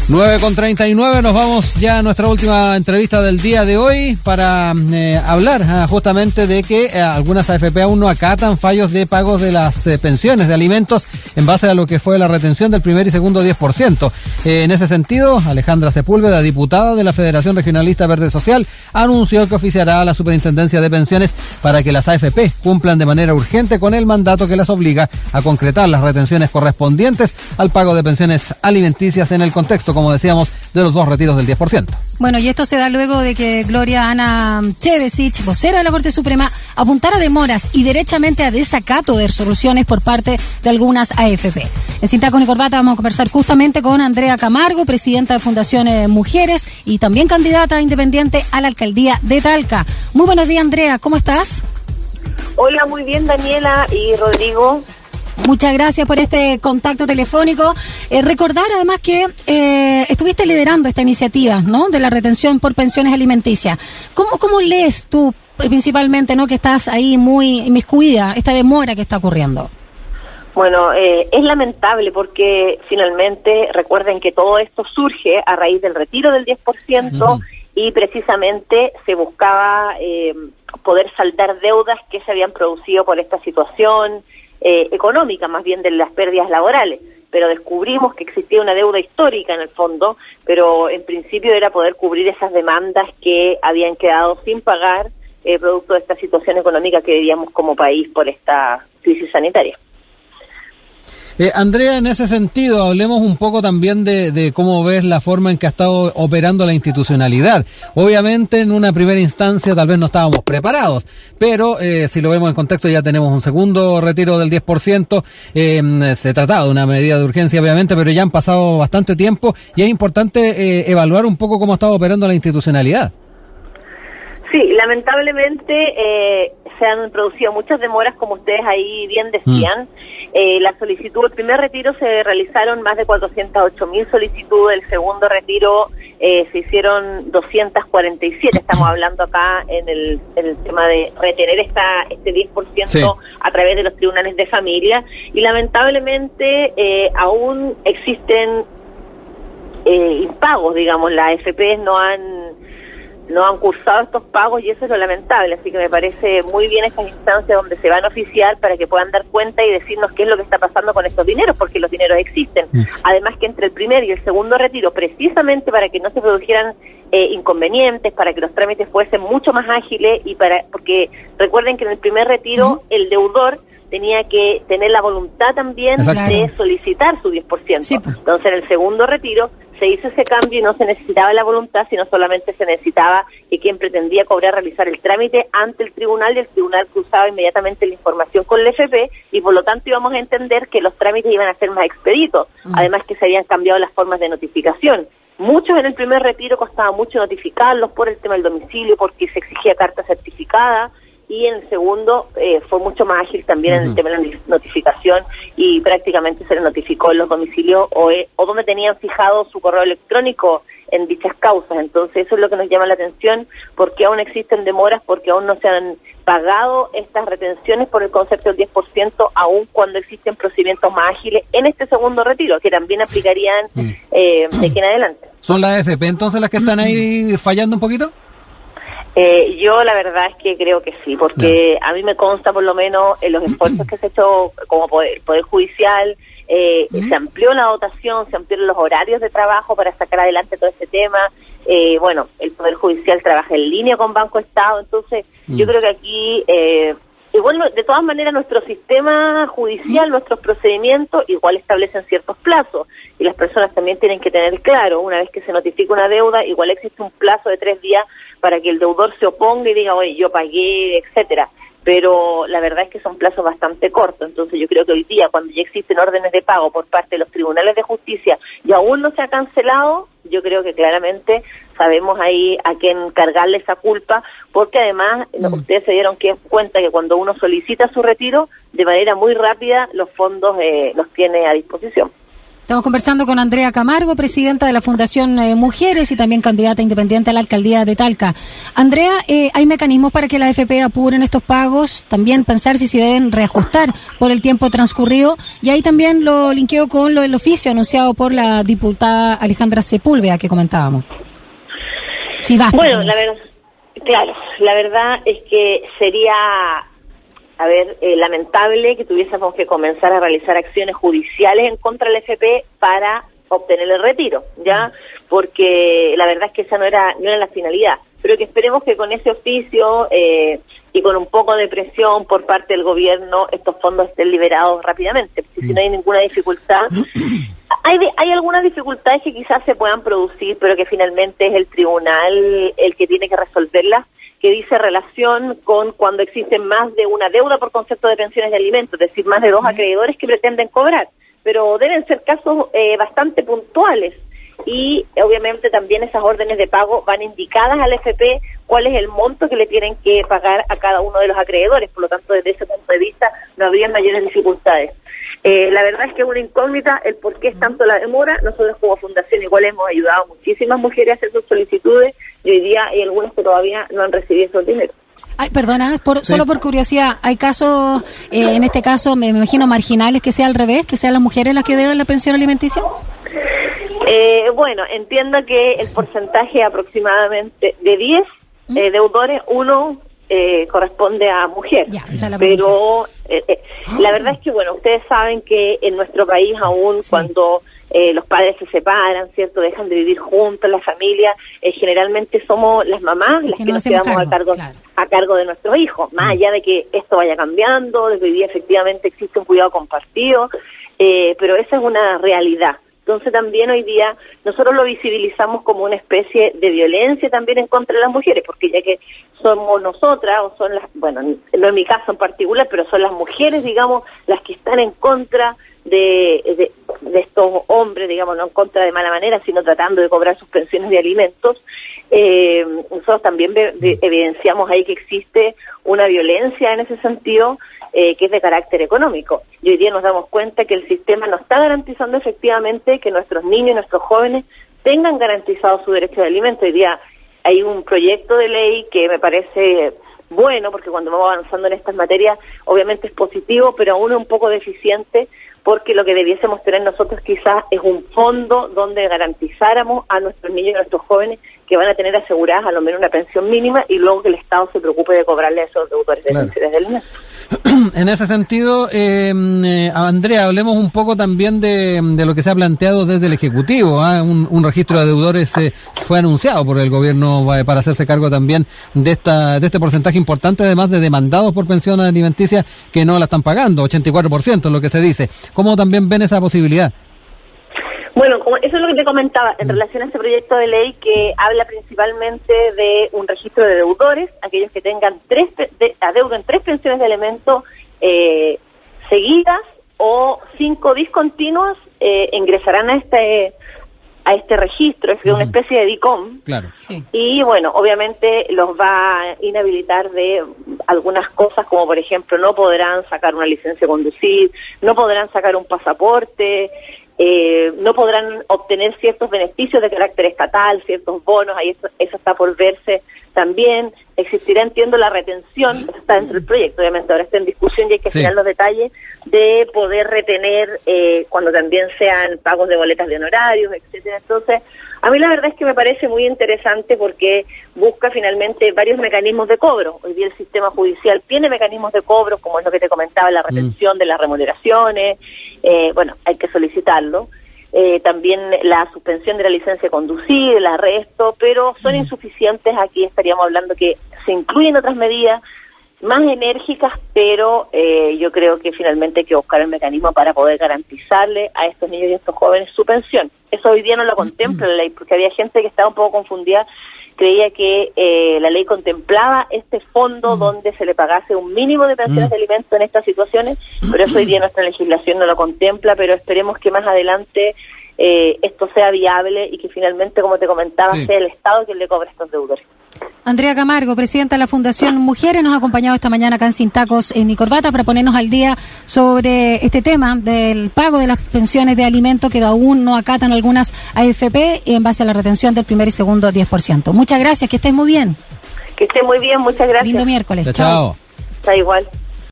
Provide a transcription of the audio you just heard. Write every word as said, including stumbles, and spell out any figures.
nueve con treinta y nueve, nos vamos ya a nuestra última entrevista del día de hoy para eh, hablar eh, justamente de que eh, algunas A F P aún no acatan fallos de pagos de las eh, pensiones de alimentos en base a lo que fue la retención del primer y segundo diez por ciento. Eh, en ese sentido, Alejandra Sepúlveda, diputada de la Federación Regionalista Verde Social, anunció que oficiará a la Superintendencia de Pensiones para que las A F P cumplan de manera urgente con el mandato que las obliga a concretar las retenciones correspondientes al pago de pensiones alimenticias en el contexto, como decíamos, de los dos retiros del diez por ciento. Bueno, y esto se da luego de que Gloria Ana Chevesich, vocera de la Corte Suprema, apuntara a demoras y derechamente a desacato de resoluciones por parte de algunas A F P. En Sin Tacos ni Corbata vamos a conversar justamente con Andrea Camargo, presidenta de Fundación Mujeres y también candidata independiente a la alcaldía de Talca. Muy buenos días, Andrea, ¿cómo estás? Hola, muy bien, Daniela y Rodrigo. Muchas gracias por este contacto telefónico. Eh, recordar además que eh, estuviste liderando esta iniciativa, ¿no?, de la retención por pensiones alimenticias. ¿Cómo, cómo lees tú principalmente, ¿no?, que estás ahí muy inmiscuida, esta demora que está ocurriendo? Bueno, eh, es lamentable porque finalmente recuerden que todo esto surge a raíz del retiro del diez por ciento uh-huh. y precisamente se buscaba eh, poder saldar deudas que se habían producido por esta situación Eh, económica, más bien de las pérdidas laborales, pero descubrimos que existía una deuda histórica en el fondo, pero en principio era poder cubrir esas demandas que habían quedado sin pagar eh, producto de esta situación económica que vivíamos como país por esta crisis sanitaria. Eh, Andrea, en ese sentido, hablemos un poco también de, de cómo ves la forma en que ha estado operando la institucionalidad. Obviamente, en una primera instancia tal vez no estábamos preparados, pero eh, si lo vemos en contexto ya tenemos un segundo retiro del diez por ciento. Eh, se trataba de una medida de urgencia, obviamente, pero ya han pasado bastante tiempo y es importante eh, evaluar un poco cómo ha estado operando la institucionalidad. Sí, lamentablemente eh, se han producido muchas demoras, como ustedes ahí bien decían. Mm. Eh, la solicitud, el primer retiro se realizaron más de cuatrocientas ocho mil solicitudes, el segundo retiro eh, se hicieron doscientas cuarenta y siete. Estamos hablando acá en el, en el tema de retener esta este diez por ciento sí. a través de los tribunales de familia. Y lamentablemente eh, aún existen eh, impagos, digamos, las A F P no han... no han cursado estos pagos y eso es lo lamentable, así que me parece muy bien estas instancias donde se van a oficiar para que puedan dar cuenta y decirnos qué es lo que está pasando con estos dineros, porque los dineros existen. Mm. Además que entre el primer y el segundo retiro, precisamente para que no se produjeran eh, inconvenientes, para que los trámites fuesen mucho más ágiles y para porque recuerden que en el primer retiro mm. el deudor tenía que tener la voluntad también Exacto. de solicitar su diez por ciento. Sí. Entonces en el segundo retiro se hizo ese cambio y no se necesitaba la voluntad, sino solamente se necesitaba que quien pretendía cobrar realizar el trámite ante el tribunal y el tribunal cruzaba inmediatamente la información con el F P y por lo tanto íbamos a entender que los trámites iban a ser más expeditos, uh-huh. además que se habían cambiado las formas de notificación. Muchos en el primer retiro costaba mucho notificarlos por el tema del domicilio, porque se exigía carta certificada, y en el segundo eh, fue mucho más ágil también uh-huh. en el tema de la notificación y prácticamente se les notificó en los domicilios o, eh, o donde tenían fijado su correo electrónico en dichas causas. Entonces eso es lo que nos llama la atención, porque aún existen demoras, porque aún no se han pagado estas retenciones por el concepto del diez por ciento, aún cuando existen procedimientos más ágiles en este segundo retiro, que también aplicarían uh-huh. eh, de aquí en adelante. ¿Son las A F P entonces las que están ahí fallando un poquito? Eh, yo la verdad es que creo que sí, porque no. a mí me consta por lo menos en los esfuerzos que se ha hecho como poder, poder judicial, eh, ¿Mm? se amplió la dotación, se ampliaron los horarios de trabajo para sacar adelante todo este tema. Eh, bueno, el Poder Judicial trabaja en línea con Banco Estado, entonces ¿Mm? yo creo que aquí... Eh, Igual, de todas maneras, nuestro sistema judicial, nuestros procedimientos, igual establecen ciertos plazos. Y las personas también tienen que tener claro, una vez que se notifica una deuda, igual existe un plazo de tres días para que el deudor se oponga y diga, oye, yo pagué, etcétera. Pero la verdad es que son plazos bastante cortos. Entonces yo creo que hoy día, cuando ya existen órdenes de pago por parte de los tribunales de justicia y aún no se ha cancelado, yo creo que claramente sabemos ahí a quién cargarle esa culpa, porque además mm. ustedes se dieron que cuenta que cuando uno solicita su retiro, de manera muy rápida los fondos eh, los tiene a disposición. Estamos conversando con Andrea Camargo, presidenta de la Fundación eh, Mujeres y también candidata independiente a la alcaldía de Talca. Andrea, eh, ¿hay mecanismos para que la A F P apuren estos pagos? También pensar si se deben reajustar por el tiempo transcurrido. Y ahí también lo linkeo con lo del oficio anunciado por la diputada Alejandra Sepúlveda que comentábamos. Sí, basta. Bueno, la verdad, claro, la verdad es que sería... A ver, eh, lamentable que tuviésemos que comenzar a realizar acciones judiciales en contra del F P para obtener el retiro, ¿ya? Porque la verdad es que esa no era no era la finalidad, pero que esperemos que con ese oficio eh, y con un poco de presión por parte del gobierno estos fondos estén liberados rápidamente, porque si no hay ninguna dificultad... Hay, hay algunas dificultades que quizás se puedan producir, pero que finalmente es el tribunal el que tiene que resolverlas, que dice relación con cuando existen más de una deuda por concepto de pensiones de alimentos, es decir, más de dos acreedores que pretenden cobrar, pero deben ser casos eh, bastante puntuales y obviamente también esas órdenes de pago van indicadas al F P cuál es el monto que le tienen que pagar a cada uno de los acreedores, por lo tanto desde ese punto de vista no habría mayores dificultades. Eh, la verdad es que es una incógnita el por qué es tanto la demora. Nosotros como fundación igual hemos ayudado a muchísimas mujeres a hacer sus solicitudes y hoy día hay algunos que todavía no han recibido esos dineros. Ay, perdona, por, sí. Solo por curiosidad, ¿hay casos, eh, en este caso me, me imagino marginales, que sea al revés, que sean las mujeres las que deben la pensión alimenticia? Eh, bueno, entiendo que el porcentaje aproximadamente de diez ¿Mm? eh, deudores, uno eh, corresponde a mujer, ya, esa es la pero eh, eh, la verdad es que, bueno, ustedes saben que en nuestro país aún sí. cuando eh, los padres se separan, ¿cierto?, dejan de vivir juntos, la familia, eh, generalmente somos las mamás las que, que nos quedamos cargo, a cargo claro. a cargo de nuestros hijos, más mm. allá de que esto vaya cambiando, de que hoy día efectivamente existe un cuidado compartido, eh, pero esa es una realidad. Entonces también hoy día nosotros lo visibilizamos como una especie de violencia también en contra de las mujeres, porque ya que somos nosotras, o son las, bueno, no en mi caso en particular, pero son las mujeres, digamos, las que están en contra de, de, de estos hombres, digamos, no en contra de mala manera, sino tratando de cobrar sus pensiones de alimentos. Eh, nosotros también ve, de, evidenciamos ahí que existe una violencia en ese sentido, eh, que es de carácter económico. Y hoy día nos damos cuenta que el sistema no está garantizando efectivamente que nuestros niños y nuestros jóvenes tengan garantizado su derecho de alimento. Hoy día hay un proyecto de ley que me parece bueno, porque cuando vamos avanzando en estas materias, obviamente es positivo, pero aún es un poco deficiente, porque lo que debiésemos tener nosotros quizás es un fondo donde garantizáramos a nuestros niños y a nuestros jóvenes que van a tener aseguradas a lo menos una pensión mínima y luego que el Estado se preocupe de cobrarle a esos deudores de claro. pensiones del mes. En ese sentido, eh, eh, Andrea, hablemos un poco también de, de lo que se ha planteado desde el Ejecutivo. ¿eh? Un, un registro de deudores eh, fue anunciado por el gobierno eh, para hacerse cargo también de esta de este porcentaje importante, además de demandados por pensión alimenticia que no la están pagando, ochenta y cuatro por ciento es lo que se dice. ¿Cómo también ven esa posibilidad? Bueno, como eso es lo que te comentaba en relación a este proyecto de ley que habla principalmente de un registro de deudores, aquellos que tengan tres de, adeudo en tres pensiones de alimentos eh, seguidas o cinco discontinuas, eh, ingresarán a este a este registro, es una especie de D I C O M, claro, sí. Y bueno, obviamente los va a inhabilitar de algunas cosas, como por ejemplo no podrán sacar una licencia de conducir, no podrán sacar un pasaporte, Eh, no podrán obtener ciertos beneficios de carácter estatal, ciertos bonos, ahí eso, eso está por verse también. Existirá, entiendo, la retención, eso está dentro del proyecto, obviamente ahora está en discusión y hay que sí. afinar los detalles de poder retener eh, cuando también sean pagos de boletas de honorarios, etcétera. Entonces, a mí la verdad es que me parece muy interesante porque busca finalmente varios mecanismos de cobro. Hoy día el sistema judicial tiene mecanismos de cobro, como es lo que te comentaba, la retención mm. de las remuneraciones, eh, bueno, hay que solicitarlo. Eh, también la suspensión de la licencia de conducir, el arresto, pero son mm. insuficientes. Aquí estaríamos hablando que se incluyen otras medidas más enérgicas, pero eh, yo creo que finalmente hay que buscar el mecanismo para poder garantizarle a estos niños y a estos jóvenes su pensión. Eso hoy día no lo contempla la ley, porque había gente que estaba un poco confundida, creía que eh, la ley contemplaba este fondo mm. donde se le pagase un mínimo de pensiones mm. de alimentos en estas situaciones, pero eso hoy día nuestra legislación no lo contempla, pero esperemos que más adelante eh, esto sea viable y que finalmente, como te comentaba, sí. sea el Estado quien le cobre a estos deudores. Andrea Camargo, presidenta de la Fundación Mujeres, nos ha acompañado esta mañana acá en Sin Tacos ni Corbata para ponernos al día sobre este tema del pago de las pensiones de alimentos que aún no acatan algunas A F P en base a la retención del primer y segundo diez por ciento. Muchas gracias, que estés muy bien. Que esté muy bien, muchas gracias. Lindo miércoles. Chao. Chao. Está igual.